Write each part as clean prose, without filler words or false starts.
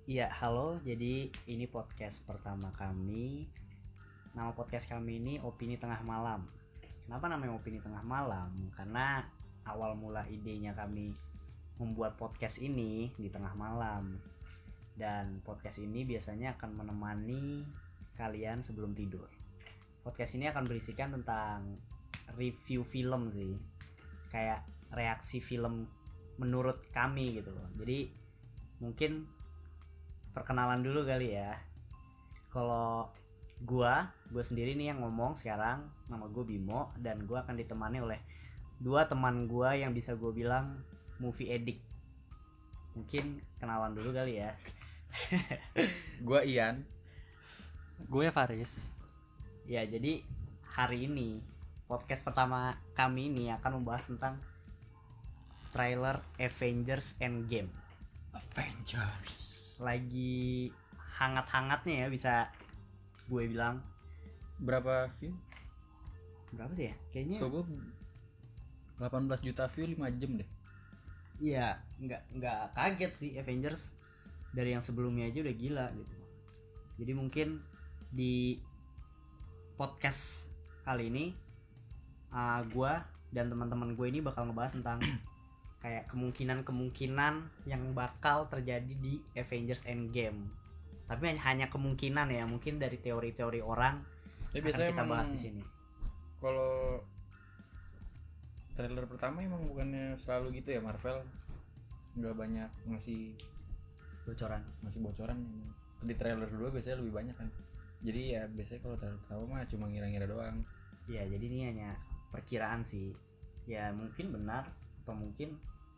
Iya, halo. Jadi ini podcast pertama kami. Nama podcast kami ini Opini Tengah Malam. Kenapa namanya Opini Tengah Malam? Karena awal mula idenya kami membuat podcast ini di tengah malam. Dan podcast ini biasanya akan menemani kalian sebelum tidur. Podcast ini akan berisikan tentang review film sih. Kayak reaksi film menurut kami gitu loh. Jadi mungkin perkenalan dulu kali ya. Kalau gue sendiri nih yang ngomong sekarang, nama gue Bimo, dan gue akan ditemani oleh dua teman gue yang bisa gue bilang movie addict. Mungkin kenalan dulu kali ya. Gua Ian. Gue Faris. Ya, jadi hari ini podcast pertama kami ini akan membahas tentang trailer Avengers Endgame. Avengers. Lagi hangat-hangatnya ya, bisa gue bilang. Berapa view? Berapa sih ya? Kayaknya So, gua 18 juta view 5 jam deh. iya, nggak kaget sih. Avengers dari yang sebelumnya aja udah gila gitu. Jadi mungkin di podcast kali ini gue dan teman-teman gue ini bakal ngebahas tentang kayak kemungkinan yang bakal terjadi di Avengers Endgame. Tapi hanya kemungkinan ya, mungkin dari teori-teori orang Tapi akan biasanya kita emang bahas di sini. kalau trailer pertama emang bukannya selalu gitu ya, Marvel nggak banyak ngasih Bocoran. bocoran. Di trailer dulu biasanya lebih banyak kan. Jadi ya biasanya kalau trailer pertama mah cuma ngira-ngira doang. Ya, jadi ini hanya perkiraan sih. Ya mungkin benar atau mungkin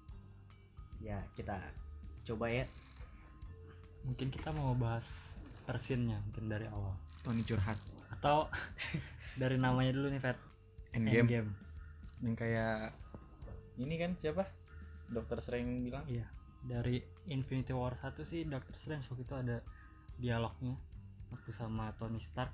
ya kita coba ya. Mungkin kita mau bahas persinnya mungkin dari awal. Tony curhat. Atau dari namanya dulu nih, Fat. Endgame. Yang kayak ini kan siapa? Dokter Strange bilang. Iya. Dari Infinity War 1 sih Doctor Strange waktu itu ada dialognya waktu sama Tony Stark.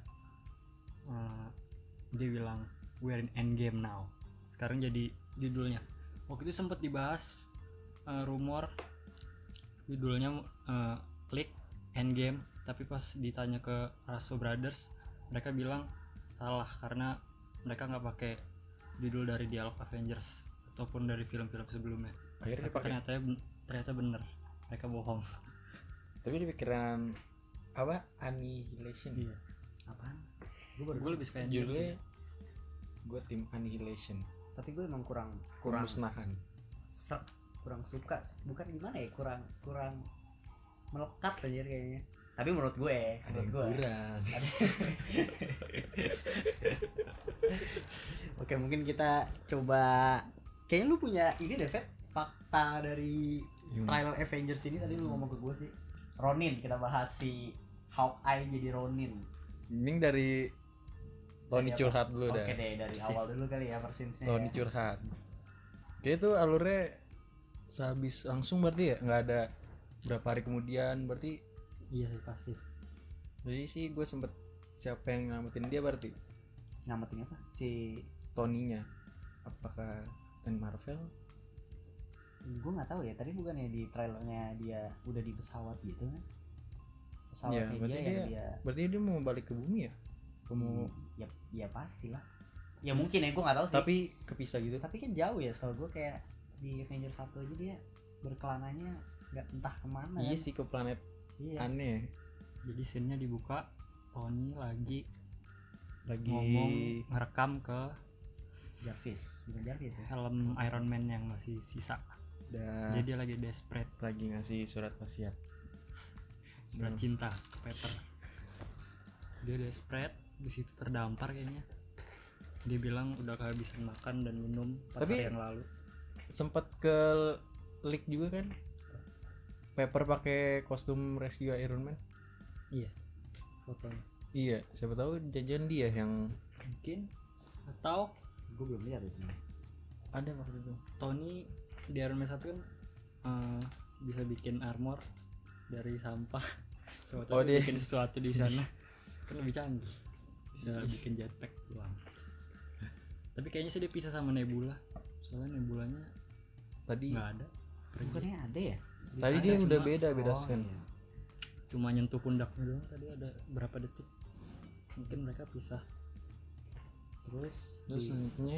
Dia bilang we're in Endgame now. Sekarang jadi judulnya. Waktu itu sempat dibahas rumor judulnya klik Endgame, tapi pas ditanya ke Russo Brothers mereka bilang salah karena mereka nggak pakai judul dari dialog Avengers ataupun dari film-film sebelumnya. Akhirnya Tapi ternyata bener, mereka bohong. Tapi di pikiran apa? Annihilation. Iya. Apaan? Gue lebih suka Judulnya gue tim Annihilation. Tapi gue emang kurang Pemusnahan. kurang suka, bukan gimana ya, kurang melekat aja kayaknya. Tapi menurut gue Kurang. Oke, mungkin kita coba. Kayaknya lu punya ini deh, Fet, fakta dari trailer Avengers ini. Tadi lu ngomong ke gue sih, Ronin. Kita bahas si Hawkeye jadi Ronin. Mending dari Tony Dari curhat apa? dulu dah. Oke deh, dari awal dulu kali ya persinsnya. Tony Ya. curhat. Kayak itu alurnya sehabis langsung berarti ya, nggak ada berapa hari kemudian berarti. Iya sih pasti. Jadi sih gue sempet siapa yang nyelamatin dia berarti Ngamatin apa? Si Tony-nya. Apakah Captain Marvel? gue nggak tahu ya. Tadi bukannya di trailernya dia udah di pesawat gitu kan? Ya, Pesawatnya berarti dia berarti dia mau balik ke bumi ya? Mau ya pastilah. Ya mungkin ya, gue nggak tahu sih. tapi kepisah gitu. Tapi kan jauh ya, soal gue kayak di Avengers 1 aja dia berkelananya nggak entah kemana. Iya kan? sih, ke planet Iya. aneh. Jadi scene-nya dibuka Tony lagi Lagi ngomong ngerekam ke Jarvis, bukan Jarvis ya. helm Iron Man yang masih sisa. dan Jadi dia lagi desperate, lagi ngasih surat wasiat. surat cinta ke Peter. Dia desperate, di situ terdampar kayaknya. Dia bilang udah kehabisan makan dan minum 4 Tapi hari yang lalu. Sempet ke leak juga kan, Pepper pakai kostum rescue Iron Man. Iya. Fotonya. Iya, siapa tahu jajan dia yang Mungkin atau Gue belum lihat itu. ada waktu itu. Tony di Iron Man 1 kan bisa bikin armor dari sampah. Siapa tahu dia bikin sesuatu di sana. Kan lebih canggih. Bisa bikin jetpack doang. Tapi kayaknya sih dia pisah sama Nebula. Soalnya Nebulanya Tadi nggak ada. Bukannya ada ya? tadi Ada, dia udah cuma- beda Oh, scan. iya. cuma nyentuh pundaknya doang, tadi ada berapa detik, mungkin mereka pisah. Terus selanjutnya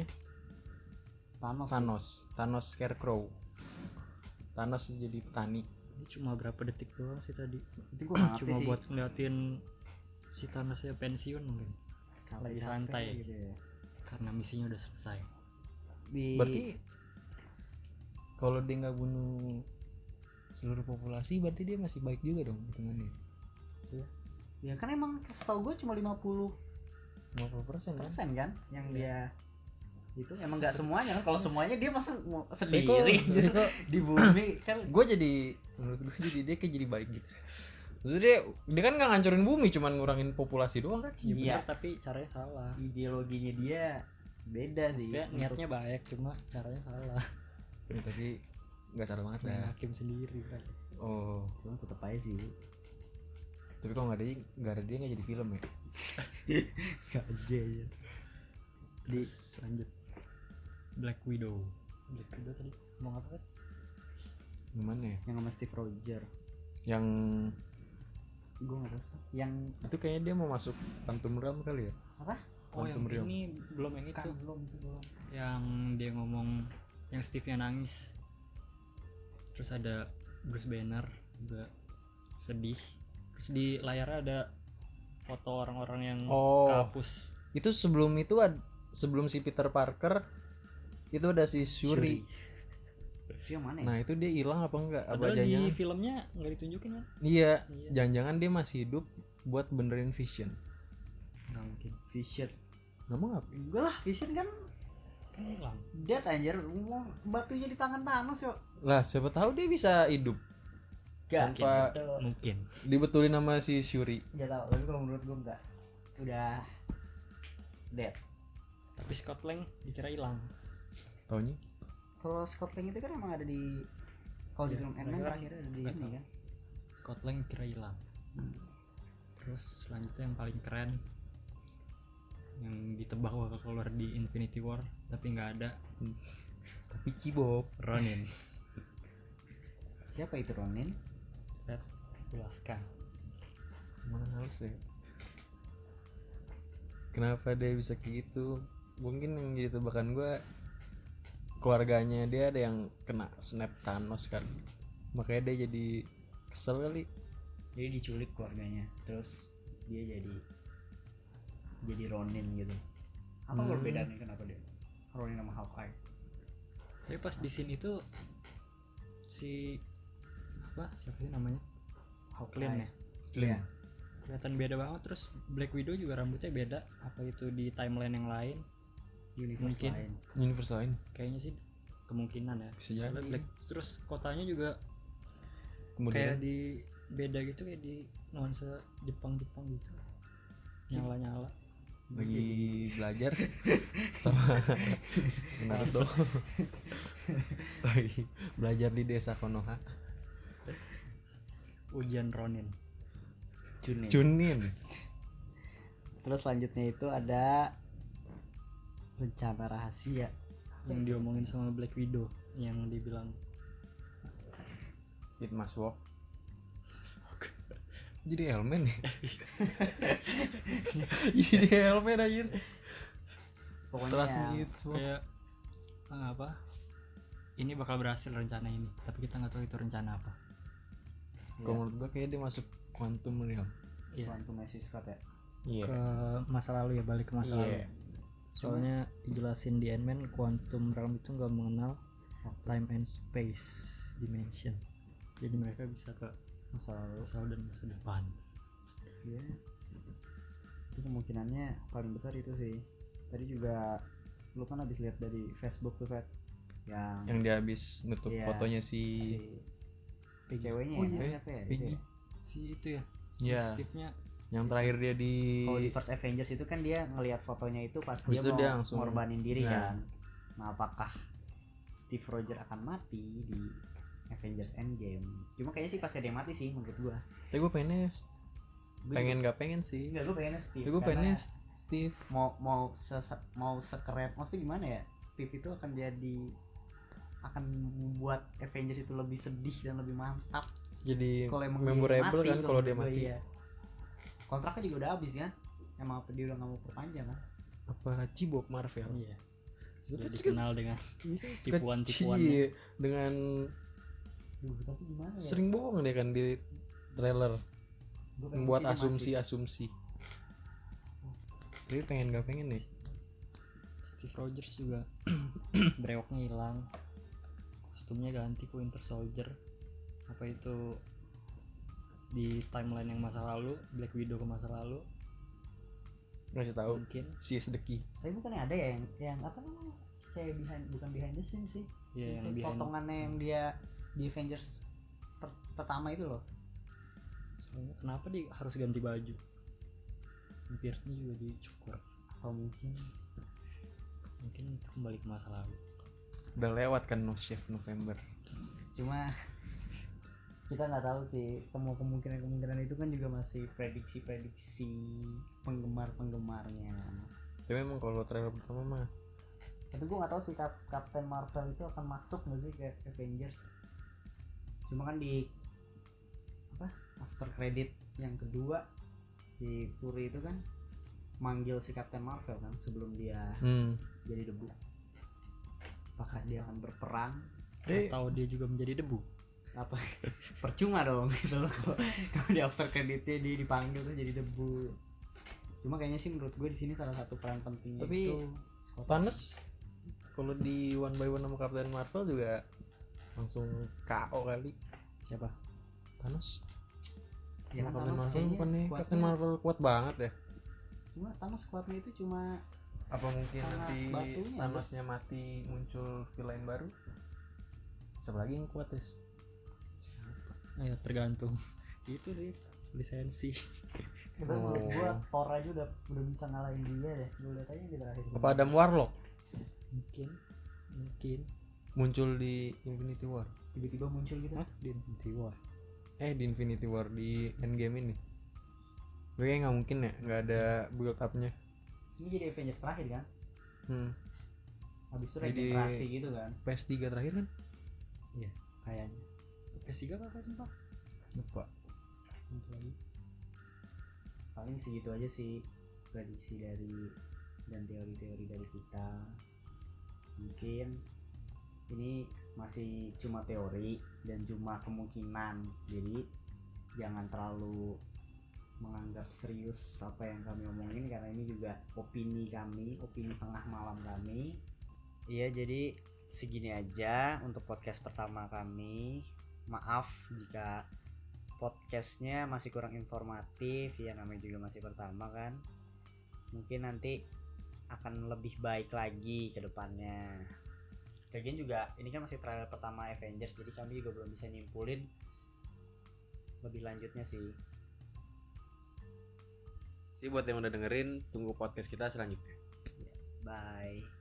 Thanos Scarecrow. Thanos jadi petani. Ini cuma berapa detik doang sih tadi, itu gue nggak ngerti cuma sih. buat ngeliatin si Thanosnya pensiun mungkin, lagi Capek santai gitu ya. karena misinya udah selesai. Berarti kalau dia nggak bunuh seluruh populasi berarti dia masih baik juga dong hitungannya. Ya kan emang setahu gue cuma 50% 50% kan? kan yang dia itu emang nggak semuanya kan. Kalau semuanya dia masa mau Kok- sendiri gitu kok di bumi kan. gue jadi menurut gue jadi dia kayak jadi baik gitu. Maksudnya dia kan nggak ngancurin bumi, cuman ngurangin populasi doang kan? Ya Iya. bener, tapi caranya salah. Ideologinya dia beda sih. Maksudnya Untuk- niatnya baik, cuma caranya salah. Ya, tapi nggak salah banget Main dah. hakim sendiri kan. Oh, cuma tetap aja sih. tapi kalau nggak ada dia nggak jadi film ya. Gak aja ya. Terus lanjut Black Widow tadi ngomong apa kan? Gimana ya? Yang sama Steve Rogers. Yang Gue nggak tahu sih. Yang itu kayaknya dia mau masuk Quantum Realm kali ya? apa? Oh yang Quantum Realm. ini belum, yang itu Kan belum itu belum. yang dia ngomong yang Steve-nya nangis, terus ada Bruce Banner juga sedih, terus di layarnya ada foto orang-orang yang Oh. kehapus. Itu sebelum sebelum si Peter Parker itu ada si Shuri. Itu yang mana ya? Nah itu dia hilang apa enggak? Apa Padahal di jangan? filmnya nggak ditunjukin kan? Iya, Iya. jangan-jangan dia masih hidup buat benerin Vision. Nggak mungkin, Vision. Ngomong apa? Enggak lah, Vision kan kan hilang. dead anjir. Mau batunya di tangan Thanos yuk. Lah siapa tahu dia bisa hidup. Gak Tanpa- gitu. Mungkin. Dibetulin sama si Shuri. Gak tau, tapi kalau menurut gue enggak. Udah dead. Tapi Scott Lang dikira hilang. Taunya? Kalau Scott Lang itu kan emang ada di kalau di Iya, film Ant-Man mereka terakhir ada di nggak ini tahu. kan. Scott Lang kira hilang. Terus selanjutnya yang paling keren yang ditebak bakal keluar di Infinity War tapi nggak ada, Tapi Cibok. Ronin. Siapa itu Ronin? Red jelaskan. Males ya. Kenapa dia bisa kayak gitu? Mungkin yang jadi tebakan gue keluarganya dia ada yang kena snap Thanos kan, makanya dia jadi kesel kali. Jadi diculik keluarganya. Terus dia jadi Ronin gitu. Apa perbedaannya, kenapa dia Ronin sama Hawkeye? Tapi pas di sini tuh si apa siapa sih namanya, Clean ya, Iya. kelihatan beda banget. Terus Black Widow juga rambutnya beda, apa itu di timeline yang lain? Universe Mungkin. lain. Universe lain Kayaknya sih kemungkinan ya. bisa jadi. Soalnya terus kotanya juga Kemudian kayak di beda gitu, kayak di nuansa Jepang gitu, nyala lagi belajar sama Naruto. Lagi belajar di desa Konoha. ujian Ronin. Chunin. Terus selanjutnya itu ada rencana rahasia. Yang diomongin sama Black Widow, yang dibilang It must walk. Jadi elemen ya. Jadi elemen aja. Pokoknya Transmit semua. kayak apa, ini bakal berhasil rencana ini, tapi kita nggak tahu itu rencana apa. Kalau menurut gua kayak dia masuk Quantum Realm. Iya. Quantum Massive Scott ya. Iya. Ke masa lalu ya, balik ke masa Iya. lalu. Soalnya dijelasin di Ant-Man, Quantum Realm itu nggak mengenal time and space dimension. Jadi mereka bisa ke Masa lalu. masa lalu dan masa depan. Iya. Itu kemungkinannya paling besar itu sih. Tadi juga lu kan habis lihat dari Facebook tuh, Fat, Yang dia habis nutup Iya. fotonya si ceweknya Oh ya, iya, siapa ya? Itu Peggy. ya? Si itu ya, Iya. Steve-nya Yang terakhir dia di Kalau di First Avengers itu kan dia ngelihat fotonya itu pas Habis dia itu mau dia langsung- ngorbanin diri Nah. kan. Nah, apakah Steve Rogers akan mati di Avengers Endgame? Cuma kayaknya sih pasti ada yang mati sih menurut gua. Tapi gue pengen Gua pengen nggak pengen sih. Enggak, gua pengennya Steve. Tapi gue karena pengennya Steve. mau sekeren, maksudnya gimana ya? Steve itu akan membuat Avengers itu lebih sedih dan lebih mantap. Jadi Kalau emang dia memorable mati, kan kalau dia menurut gue, mati. iya. Kontraknya juga udah habis kan, emang apa dia udah nggak mau perpanjang kan. Apa cibok Marvel? Iya. Sudah Terus dikenal dengan Suka tipuan-tipuannya. cie, dengan Tapi gimana ya, sering bohong dia kan di trailer, Gua pengen membuat sih dia mati. asumsi. Tapi pengen gak pengen nih. Steve Rogers juga brewoknya hilang, kostumnya ganti ke Winter Soldier. Apa itu di timeline yang masa lalu, Black Widow ke masa lalu Ngasih tahu mungkin. si is the key. Tapi bukan ada ya yang apa namanya, kayak bukan behind the scenes sih. Iya, yang Kayak behind. potongannya yang dia di Avengers pertama itu loh. Soalnya kenapa dia harus ganti baju, beardnya juga dicukur, Atau mungkin itu kembali ke masa lalu. Udah lewat kan No Shave November. cuma kita nggak tahu sih, semua kemungkinan itu kan juga masih prediksi penggemarnya. Tapi memang kalau trailer pertama mah Tapi gue nggak tahu sih Captain Marvel itu akan masuk nggak sih ke Avengers. Cuma kan di apa after credit yang kedua si Fury itu kan manggil si Captain Marvel kan sebelum dia jadi debu. Apakah dia akan berperang? Atau dia juga menjadi debu? Apa percuma dong gitu loh kalau di after creditnya dia dipanggil terus jadi debu. Cuma kayaknya sih menurut gue di sini salah satu peran pentingnya Tapi itu Scott. Thanos kalau di One by One sama Captain Marvel juga langsung KO kali. Siapa? Thanos. Ya, Sama kan Captain Thanos Marvel kayaknya bukan nih. kuatnya- Captain Marvel kuat banget ya. Cuma Thanos kuatnya itu cuma Apa mungkin sama nanti batunya Thanosnya mati muncul villain baru? Siapa lagi yang kuat ya? Ya tergantung itu sih, lisensi. Tapi menurut Oh. gua Thor aja udah bisa ngalahin dia deh. Gue lihat aja di terakhir. Apa Adam Warlock Mungkin muncul di Infinity War? Tiba-tiba muncul gitu. di Infinity War. Di Infinity War di Endgame ini. Kayaknya nggak mungkin ya, nggak ada build up-nya. Ini jadi Avengers terakhir kan? Habis itu Jadi regenerasi gitu kan? PS3 terakhir kan? Kayaknya. PS3 apa PS4? Lupa. Nanti lagi. Paling segitu aja sih prediksi dari dan teori-teori dari kita. Mungkin ini masih cuma teori dan cuma kemungkinan. Jadi jangan terlalu menganggap serius apa yang kami omongin karena ini juga opini kami, opini tengah malam kami. Iya, jadi segini aja untuk podcast pertama kami. Maaf jika podcastnya masih kurang informatif, ya namanya juga masih pertama kan. Mungkin nanti akan lebih baik lagi ke depannya. Lagian juga ini kan masih trailer pertama Avengers, jadi kami juga belum bisa nyimpulin lebih lanjutnya sih. Buat yang udah dengerin, tunggu podcast kita selanjutnya. Bye.